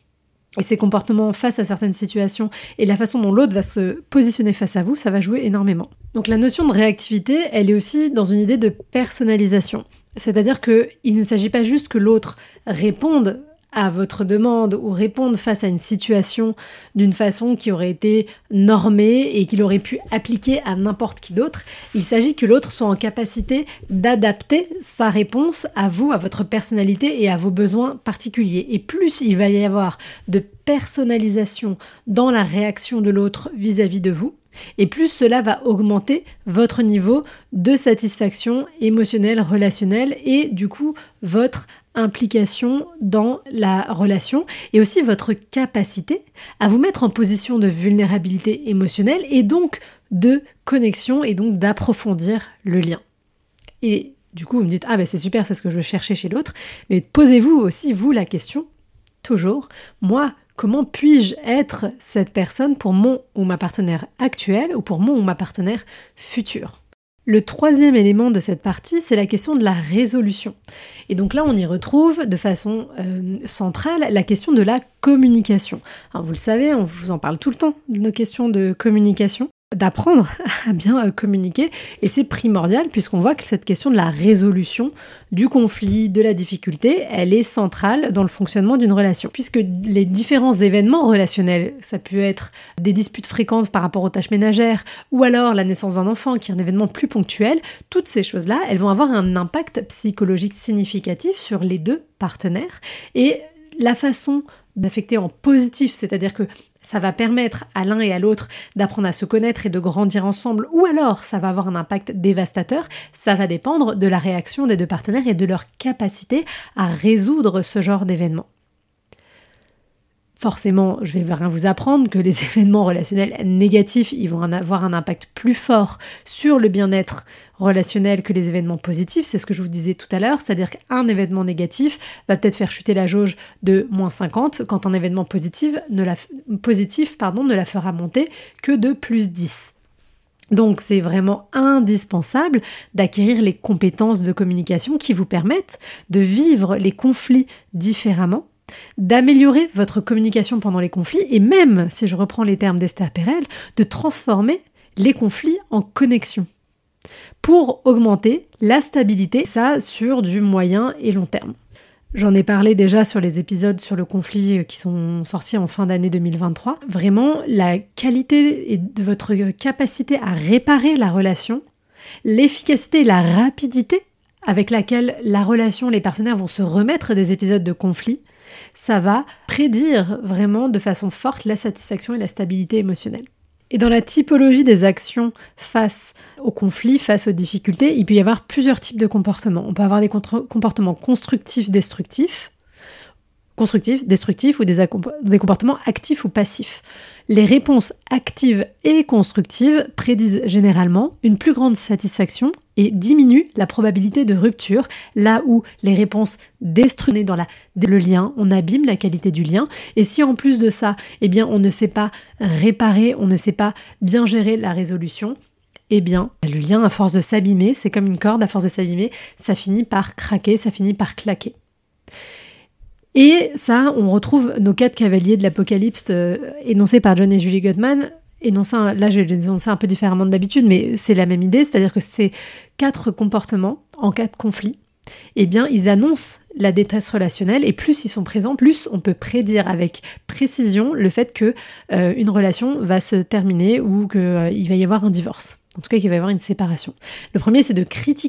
et ses comportements face à certaines situations, et la façon dont l'autre va se positionner face à vous, ça va jouer énormément. Donc la notion de réactivité, elle est aussi dans une idée de personnalisation. C'est-à-dire qu'il ne s'agit pas juste que l'autre réponde à votre demande ou répondre face à une situation d'une façon qui aurait été normée et qu'il aurait pu appliquer à n'importe qui d'autre. Il s'agit que l'autre soit en capacité d'adapter sa réponse à vous, à votre personnalité et à vos besoins particuliers. Et plus il va y avoir de personnalisation dans la réaction de l'autre vis-à-vis de vous, et plus cela va augmenter votre niveau de satisfaction émotionnelle, relationnelle, et du coup votre implication dans la relation, et aussi votre capacité à vous mettre en position de vulnérabilité émotionnelle et donc de connexion et donc d'approfondir le lien. Et du coup vous me dites « Ah ben c'est super, c'est ce que je cherchais chez l'autre », mais posez-vous aussi vous la question, toujours, moi, comment puis-je être cette personne pour mon ou ma partenaire actuelle ou pour mon ou ma partenaire futur ? Le troisième élément de cette partie, c'est la question de la résolution. Et donc là, on y retrouve de façon euh, centrale la question de la communication. Alors vous le savez, on vous en parle tout le temps de nos questions de communication, d'apprendre à bien communiquer, et c'est primordial puisqu'on voit que cette question de la résolution du conflit, de la difficulté, elle est centrale dans le fonctionnement d'une relation, puisque les différents événements relationnels, ça peut être des disputes fréquentes par rapport aux tâches ménagères, ou alors la naissance d'un enfant qui est un événement plus ponctuel, toutes ces choses-là, elles vont avoir un impact psychologique significatif sur les deux partenaires, et la façon d'affecter en positif, c'est-à-dire que ça va permettre à l'un et à l'autre d'apprendre à se connaître et de grandir ensemble, ou alors ça va avoir un impact dévastateur, ça va dépendre de la réaction des deux partenaires et de leur capacité à résoudre ce genre d'événement. Forcément, je vais rien vous apprendre que les événements relationnels négatifs, ils vont avoir un impact plus fort sur le bien-être relationnel que les événements positifs. C'est ce que je vous disais tout à l'heure, c'est-à-dire qu'un événement négatif va peut-être faire chuter la jauge de moins cinquante, quand un événement positif ne la, positif, pardon, ne la fera monter que de plus dix. Donc c'est vraiment indispensable d'acquérir les compétences de communication qui vous permettent de vivre les conflits différemment, d'améliorer votre communication pendant les conflits, et même, si je reprends les termes d'Esther Perel, de transformer les conflits en connexion pour augmenter la stabilité, ça sur du moyen et long terme. J'en ai parlé déjà sur les épisodes sur le conflit qui sont sortis en fin d'année deux mille vingt-trois. Vraiment, la qualité de votre capacité à réparer la relation, l'efficacité et la rapidité avec laquelle la relation, les partenaires vont se remettre des épisodes de conflit, ça va prédire vraiment de façon forte la satisfaction et la stabilité émotionnelle. Et dans la typologie des actions face aux conflits, face aux difficultés, il peut y avoir plusieurs types de comportements. On peut avoir des contre- comportements constructifs, destructifs, constructifs, destructifs ou des, accom- des comportements actifs ou passifs. Les réponses actives et constructives prédisent généralement une plus grande satisfaction et diminuent la probabilité de rupture, là où les réponses destructives dans la, le lien, on abîme la qualité du lien. Et si en plus de ça, eh bien, on ne sait pas réparer, on ne sait pas bien gérer la résolution, eh bien, le lien, à force de s'abîmer, c'est comme une corde, à force de s'abîmer, ça finit par craquer, ça finit par claquer. Et ça, on retrouve nos quatre cavaliers de l'Apocalypse euh, énoncés par John et Julie Gottman. Énoncés, là, je vais les énoncer un peu différemment de d'habitude, mais c'est la même idée, c'est-à-dire que ces quatre comportements, en cas de conflit, eh bien, ils annoncent la détresse relationnelle, et plus ils sont présents, plus on peut prédire avec précision le fait que euh, une relation va se terminer ou qu'il euh, va y avoir un divorce. En tout cas, qu'il va y avoir une séparation. Le premier, c'est de critiquer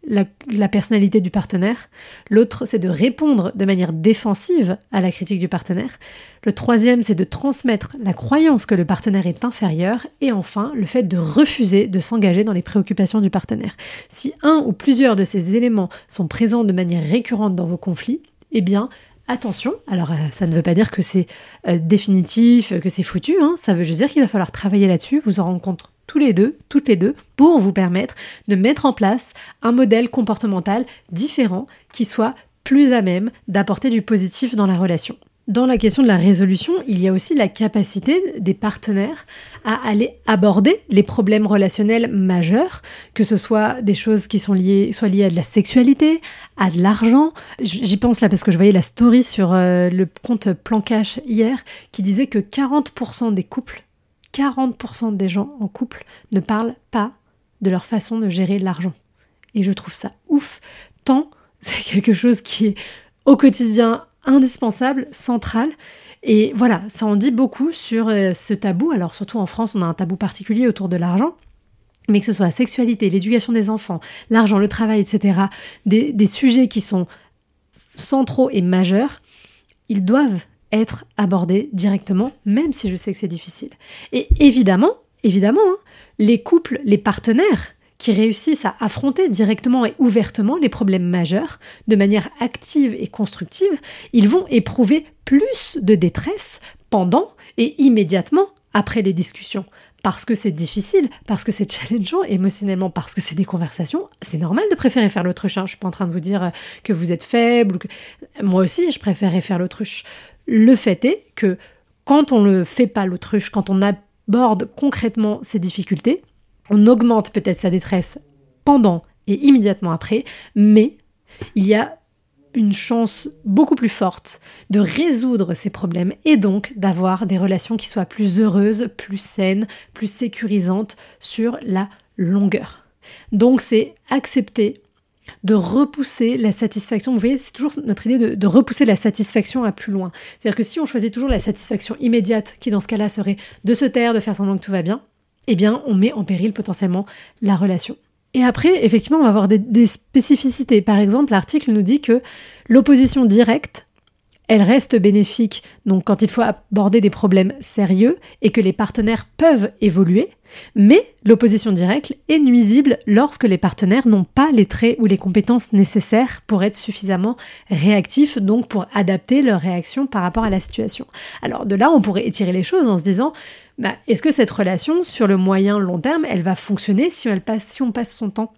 la, la personnalité du partenaire. L'autre, c'est de répondre de manière défensive à la critique du partenaire. Le troisième, c'est de transmettre la croyance que le partenaire est inférieur. Et enfin, le fait de refuser de s'engager dans les préoccupations du partenaire. Si un ou plusieurs de ces éléments sont présents de manière récurrente dans vos conflits, eh bien, attention, alors euh, ça ne veut pas dire que c'est euh, définitif, que c'est foutu, hein. Ça veut juste dire qu'il va falloir travailler là-dessus, vous en rendre compte tous les deux, toutes les deux, pour vous permettre de mettre en place un modèle comportemental différent qui soit plus à même d'apporter du positif dans la relation. Dans la question de la résolution, il y a aussi la capacité des partenaires à aller aborder les problèmes relationnels majeurs, que ce soit des choses qui sont liées, soit liées à de la sexualité, à de l'argent. J'y pense là parce que je voyais la story sur euh, le compte Plan Cash hier qui disait que quarante pour cent des couples, quarante pour cent des gens en couple ne parlent pas de leur façon de gérer l'argent. Et je trouve ça ouf, tant c'est quelque chose qui est au quotidien indispensable, central. Et voilà, ça en dit beaucoup sur euh, ce tabou. Alors surtout en France, on a un tabou particulier autour de l'argent. Mais que ce soit la sexualité, l'éducation des enfants, l'argent, le travail, et cetera, des, des sujets qui sont centraux et majeurs, ils doivent être abordés directement, même si je sais que c'est difficile. Et évidemment, évidemment, hein, les couples, les partenaires qui réussissent à affronter directement et ouvertement les problèmes majeurs, de manière active et constructive, ils vont éprouver plus de détresse pendant et immédiatement après les discussions. Parce que c'est difficile, parce que c'est challengeant émotionnellement, parce que c'est des conversations, c'est normal de préférer faire l'autruche. Hein. Je ne suis pas en train de vous dire que vous êtes faible. Ou que... Moi aussi, je préférais faire l'autruche. Le fait est que quand on ne fait pas l'autruche, quand on aborde concrètement ces difficultés, on augmente peut-être sa détresse pendant et immédiatement après, mais il y a une chance beaucoup plus forte de résoudre ces problèmes et donc d'avoir des relations qui soient plus heureuses, plus saines, plus sécurisantes sur la longueur. Donc c'est accepter de repousser la satisfaction. Vous voyez, c'est toujours notre idée de, de repousser la satisfaction à plus loin. C'est-à-dire que si on choisit toujours la satisfaction immédiate, qui dans ce cas-là serait de se taire, de faire semblant que tout va bien, eh bien, on met en péril potentiellement la relation. Et après, effectivement, on va avoir des, des spécificités. Par exemple, l'article nous dit que l'opposition directe, elle reste bénéfique donc quand il faut aborder des problèmes sérieux et que les partenaires peuvent évoluer, mais l'opposition directe est nuisible lorsque les partenaires n'ont pas les traits ou les compétences nécessaires pour être suffisamment réactifs, donc pour adapter leur réaction par rapport à la situation. Alors de là, on pourrait étirer les choses en se disant bah, est-ce que cette relation, sur le moyen long terme, elle va fonctionner si, elle passe, si on passe son temps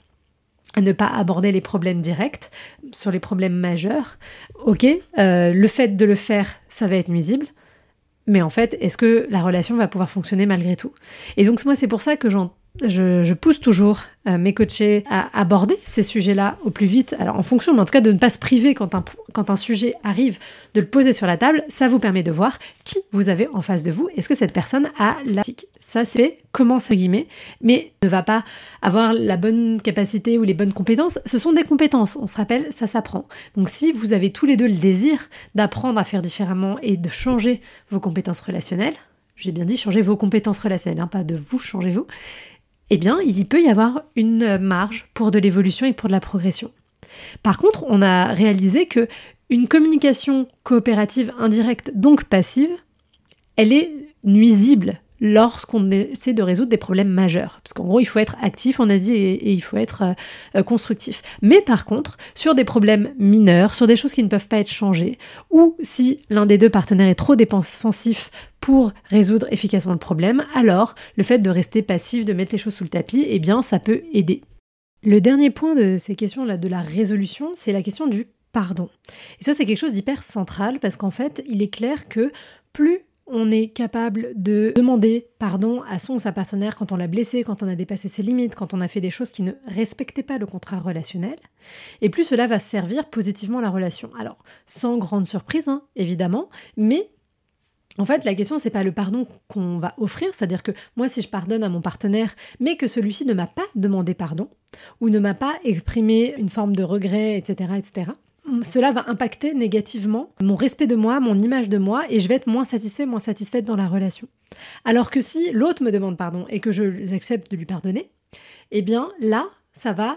à ne pas aborder les problèmes directs, sur les problèmes majeurs? Ok, euh, le fait de le faire, ça va être nuisible, mais en fait, est-ce que la relation va pouvoir fonctionner malgré tout? Et donc moi, c'est pour ça que j'en Je, je pousse toujours euh, mes coachés à aborder ces sujets-là au plus vite. Alors en fonction, mais en tout cas de ne pas se priver quand un, quand un sujet arrive, de le poser sur la table. Ça vous permet de voir qui vous avez en face de vous. Est-ce que cette personne a la tique? Ça c'est comment ça guillemets, mais ne va pas avoir la bonne capacité ou les bonnes compétences. Ce sont des compétences, on se rappelle, ça s'apprend. Donc si vous avez tous les deux le désir d'apprendre à faire différemment et de changer vos compétences relationnelles, j'ai bien dit changer vos compétences relationnelles, hein, pas de vous changer vous, eh bien, il peut y avoir une marge pour de l'évolution et pour de la progression. Par contre, on a réalisé que une communication coopérative indirecte, donc passive, elle est nuisible lorsqu'on essaie de résoudre des problèmes majeurs. Parce qu'en gros, il faut être actif, on a dit, et, et il faut être euh, constructif. Mais par contre, sur des problèmes mineurs, sur des choses qui ne peuvent pas être changées, ou si l'un des deux partenaires est trop défensif pour résoudre efficacement le problème, alors le fait de rester passif, de mettre les choses sous le tapis, eh bien, ça peut aider. Le dernier point de ces questions-là de la résolution, c'est la question du pardon. Et ça, c'est quelque chose d'hyper central, parce qu'en fait, il est clair que plus on est capable de demander pardon à son ou sa partenaire quand on l'a blessé, quand on a dépassé ses limites, quand on a fait des choses qui ne respectaient pas le contrat relationnel, et plus cela va servir positivement la relation. Alors, sans grande surprise, hein, évidemment, mais en fait, la question, c'est pas le pardon qu'on va offrir, c'est-à-dire que moi, si je pardonne à mon partenaire, mais que celui-ci ne m'a pas demandé pardon, ou ne m'a pas exprimé une forme de regret, et cetera, et cetera, cela va impacter négativement mon respect de moi, mon image de moi, et je vais être moins satisfait, moins satisfaite dans la relation. Alors que si l'autre me demande pardon et que je accepte de lui pardonner, eh bien là, ça va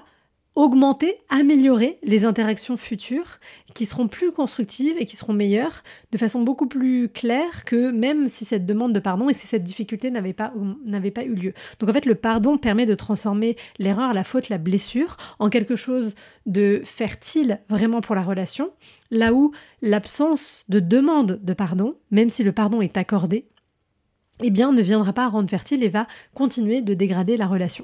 augmenter, améliorer les interactions futures qui seront plus constructives et qui seront meilleures de façon beaucoup plus claire que même si cette demande de pardon et si cette difficulté n'avait pas, n'avait pas eu lieu. Donc en fait, le pardon permet de transformer l'erreur, la faute, la blessure en quelque chose de fertile vraiment pour la relation, là où l'absence de demande de pardon, même si le pardon est accordé, eh bien, ne viendra pas rendre fertile et va continuer de dégrader la relation.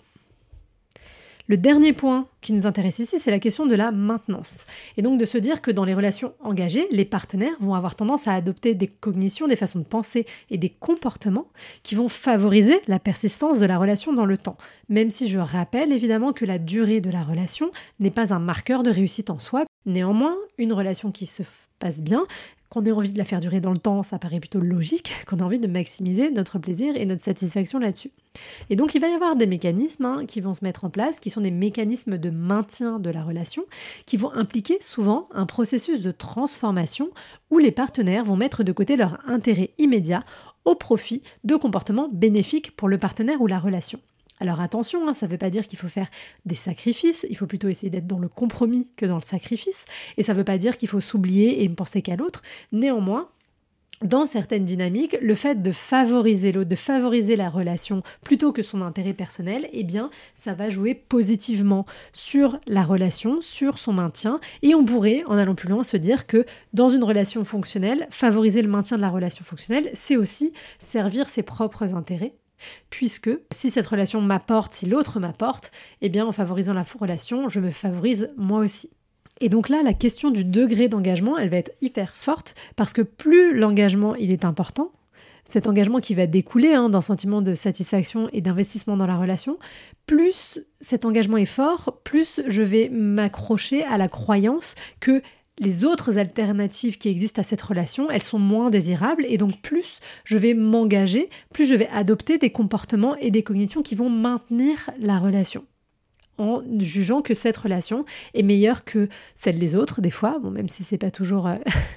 Le dernier point qui nous intéresse ici, c'est la question de la maintenance. Et donc de se dire que dans les relations engagées, les partenaires vont avoir tendance à adopter des cognitions, des façons de penser et des comportements qui vont favoriser la persistance de la relation dans le temps. Même si je rappelle évidemment que la durée de la relation n'est pas un marqueur de réussite en soi. Néanmoins, une relation qui se passe bien, qu'on ait envie de la faire durer dans le temps, ça paraît plutôt logique, qu'on a envie de maximiser notre plaisir et notre satisfaction là-dessus. Et donc il va y avoir des mécanismes hein, qui vont se mettre en place, qui sont des mécanismes de maintien de la relation, qui vont impliquer souvent un processus de transformation où les partenaires vont mettre de côté leur intérêt immédiat au profit de comportements bénéfiques pour le partenaire ou la relation. Alors attention, hein, ça ne veut pas dire qu'il faut faire des sacrifices, il faut plutôt essayer d'être dans le compromis que dans le sacrifice, et ça ne veut pas dire qu'il faut s'oublier et ne penser qu'à l'autre. Néanmoins, dans certaines dynamiques, le fait de favoriser l'autre, de favoriser la relation plutôt que son intérêt personnel, eh bien, ça va jouer positivement sur la relation, sur son maintien, et on pourrait, en allant plus loin, se dire que dans une relation fonctionnelle, favoriser le maintien de la relation fonctionnelle, c'est aussi servir ses propres intérêts. Puisque si cette relation m'apporte, si l'autre m'apporte, eh bien en favorisant la relation, je me favorise moi aussi. Et donc là, la question du degré d'engagement, elle va être hyper forte parce que plus l'engagement il est important, cet engagement qui va découler hein, d'un sentiment de satisfaction et d'investissement dans la relation, plus cet engagement est fort, plus je vais m'accrocher à la croyance que les autres alternatives qui existent à cette relation, elles sont moins désirables et donc plus je vais m'engager, plus je vais adopter des comportements et des cognitions qui vont maintenir la relation en jugeant que cette relation est meilleure que celle des autres, des fois, bon, même si c'est pas toujours... Euh,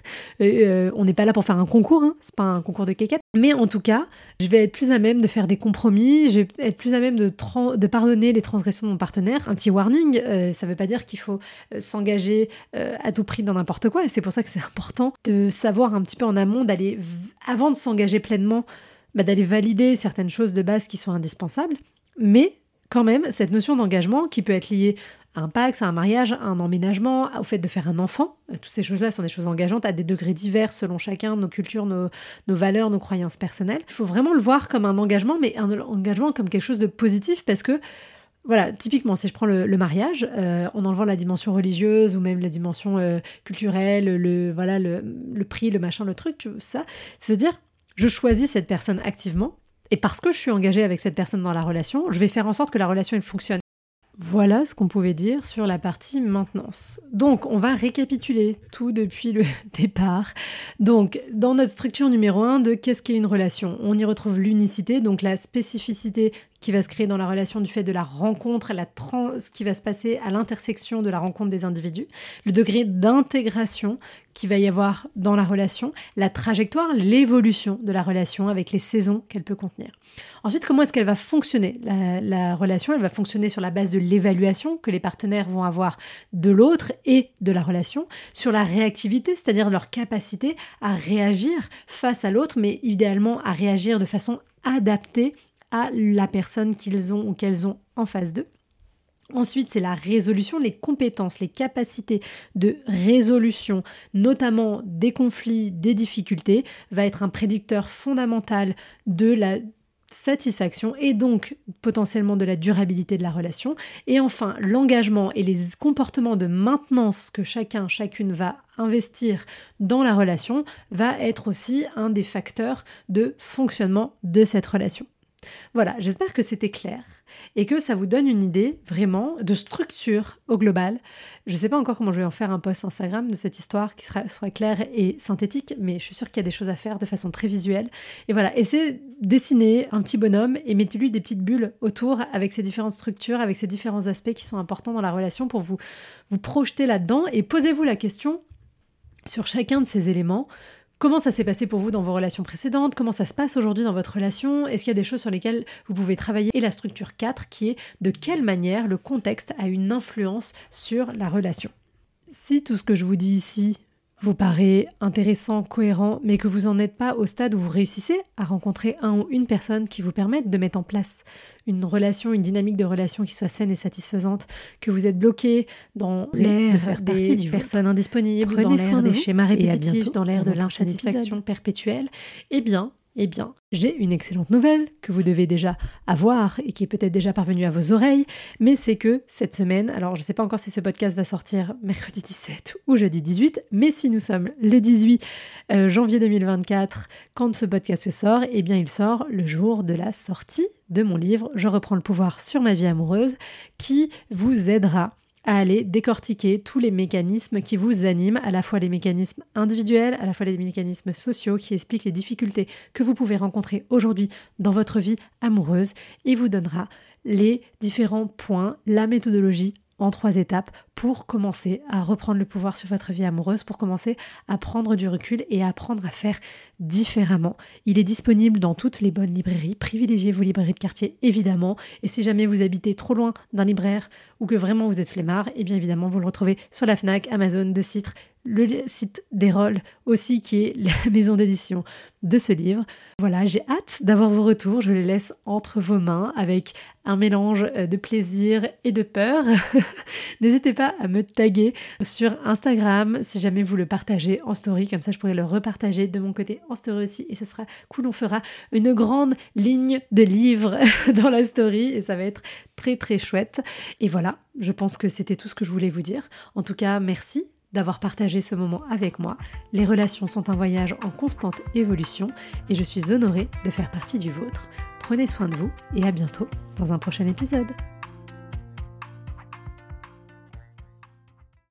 euh, on n'est pas là pour faire un concours, hein, c'est pas un concours de quéquette, mais en tout cas, je vais être plus à même de faire des compromis, je vais être plus à même de, tra- de pardonner les transgressions de mon partenaire. Un petit warning, euh, ça veut pas dire qu'il faut euh, s'engager euh, à tout prix dans n'importe quoi, et c'est pour ça que c'est important de savoir un petit peu en amont, d'aller, avant de s'engager pleinement, bah, d'aller valider certaines choses de base qui sont indispensables, mais quand même, cette notion d'engagement qui peut être liée à un pacte, à un mariage, à un emménagement, au fait de faire un enfant, euh, toutes ces choses-là sont des choses engageantes à des degrés divers selon chacun, nos cultures, nos, nos valeurs, nos croyances personnelles. Il faut vraiment le voir comme un engagement, mais un engagement comme quelque chose de positif parce que, voilà, typiquement, si je prends le, le mariage, euh, en enlevant la dimension religieuse ou même la dimension euh, culturelle, le, voilà, le, le prix, le machin, le truc, ça, c'est de dire, je choisis cette personne activement. Et parce que je suis engagée avec cette personne dans la relation, je vais faire en sorte que la relation elle fonctionne. Voilà ce qu'on pouvait dire sur la partie maintenance. Donc, on va récapituler tout depuis le départ. Donc, dans notre structure numéro un de qu'est-ce qu'est une relation, on y retrouve l'unicité, donc la spécificité qui va se créer dans la relation du fait de la rencontre, la trans, ce qui va se passer à l'intersection de la rencontre des individus, le degré d'intégration qu'il va y avoir dans la relation, la trajectoire, l'évolution de la relation avec les saisons qu'elle peut contenir. Ensuite, comment est-ce qu'elle va fonctionner ? La, la relation, elle va fonctionner sur la base de l'évaluation que les partenaires vont avoir de l'autre et de la relation, sur la réactivité, c'est-à-dire leur capacité à réagir face à l'autre, mais idéalement à réagir de façon adaptée à la personne qu'ils ont ou qu'elles ont en face d'eux. Ensuite, c'est la résolution, les compétences, les capacités de résolution, notamment des conflits, des difficultés, va être un prédicteur fondamental de la satisfaction et donc potentiellement de la durabilité de la relation. Et enfin, l'engagement et les comportements de maintenance que chacun, chacune va investir dans la relation va être aussi un des facteurs de fonctionnement de cette relation. Voilà, j'espère que c'était clair et que ça vous donne une idée vraiment de structure au global. Je ne sais pas encore comment je vais en faire un post Instagram de cette histoire qui sera, sera claire et synthétique, mais je suis sûre qu'il y a des choses à faire de façon très visuelle. Et voilà, essayez de dessiner un petit bonhomme et mettez-lui des petites bulles autour avec ces différentes structures, avec ces différents aspects qui sont importants dans la relation pour vous, vous projeter là-dedans et posez-vous la question sur chacun de ces éléments. Comment ça s'est passé pour vous dans vos relations précédentes? Comment ça se passe aujourd'hui dans votre relation? Est-ce qu'il y a des choses sur lesquelles vous pouvez travailler? Et la structure quatre qui est de quelle manière le contexte a une influence sur la relation. Si tout ce que je vous dis ici vous paraît intéressant, cohérent, mais que vous n'en êtes pas au stade où vous réussissez à rencontrer un ou une personne qui vous permette de mettre en place une relation, une dynamique de relation qui soit saine et satisfaisante, que vous êtes bloqué dans l'ère de faire des partie du personnes indisponibles, prenez dans l'ère des schémas répétitifs, dans l'ère de l'insatisfaction perpétuelle, eh bien, Eh bien, j'ai une excellente nouvelle que vous devez déjà avoir et qui est peut-être déjà parvenue à vos oreilles, mais c'est que cette semaine, alors je ne sais pas encore si ce podcast va sortir mercredi dix-sept ou jeudi dix-huit, mais si nous sommes le dix-huit euh, janvier deux mille vingt-quatre, quand ce podcast sort, eh bien il sort le jour de la sortie de mon livre « Je reprends le pouvoir sur ma vie amoureuse » qui vous aidera à aller décortiquer tous les mécanismes qui vous animent, à la fois les mécanismes individuels, à la fois les mécanismes sociaux qui expliquent les difficultés que vous pouvez rencontrer aujourd'hui dans votre vie amoureuse et vous donnera les différents points, la méthodologie en trois étapes pour commencer à reprendre le pouvoir sur votre vie amoureuse, pour commencer à prendre du recul et à apprendre à faire différemment. Il est disponible dans toutes les bonnes librairies. Privilégiez vos librairies de quartier, évidemment. Et si jamais vous habitez trop loin d'un libraire ou que vraiment vous êtes flemmard, eh bien évidemment, vous le retrouvez sur la Fnac, Amazon, De Citre, le site d'Erol aussi, qui est la maison d'édition de ce livre. Voilà, j'ai hâte d'avoir vos retours. Je les laisse entre vos mains avec un mélange de plaisir et de peur. N'hésitez pas à me taguer sur Instagram si jamais vous le partagez en story. Comme ça, je pourrai le repartager de mon côté en story aussi. Et ce sera cool. On fera une grande ligne de livres dans la story et ça va être très, très chouette. Et voilà, je pense que c'était tout ce que je voulais vous dire. En tout cas, merci d'avoir partagé ce moment avec moi. Les relations sont un voyage en constante évolution et je suis honorée de faire partie du vôtre. Prenez soin de vous et à bientôt dans un prochain épisode.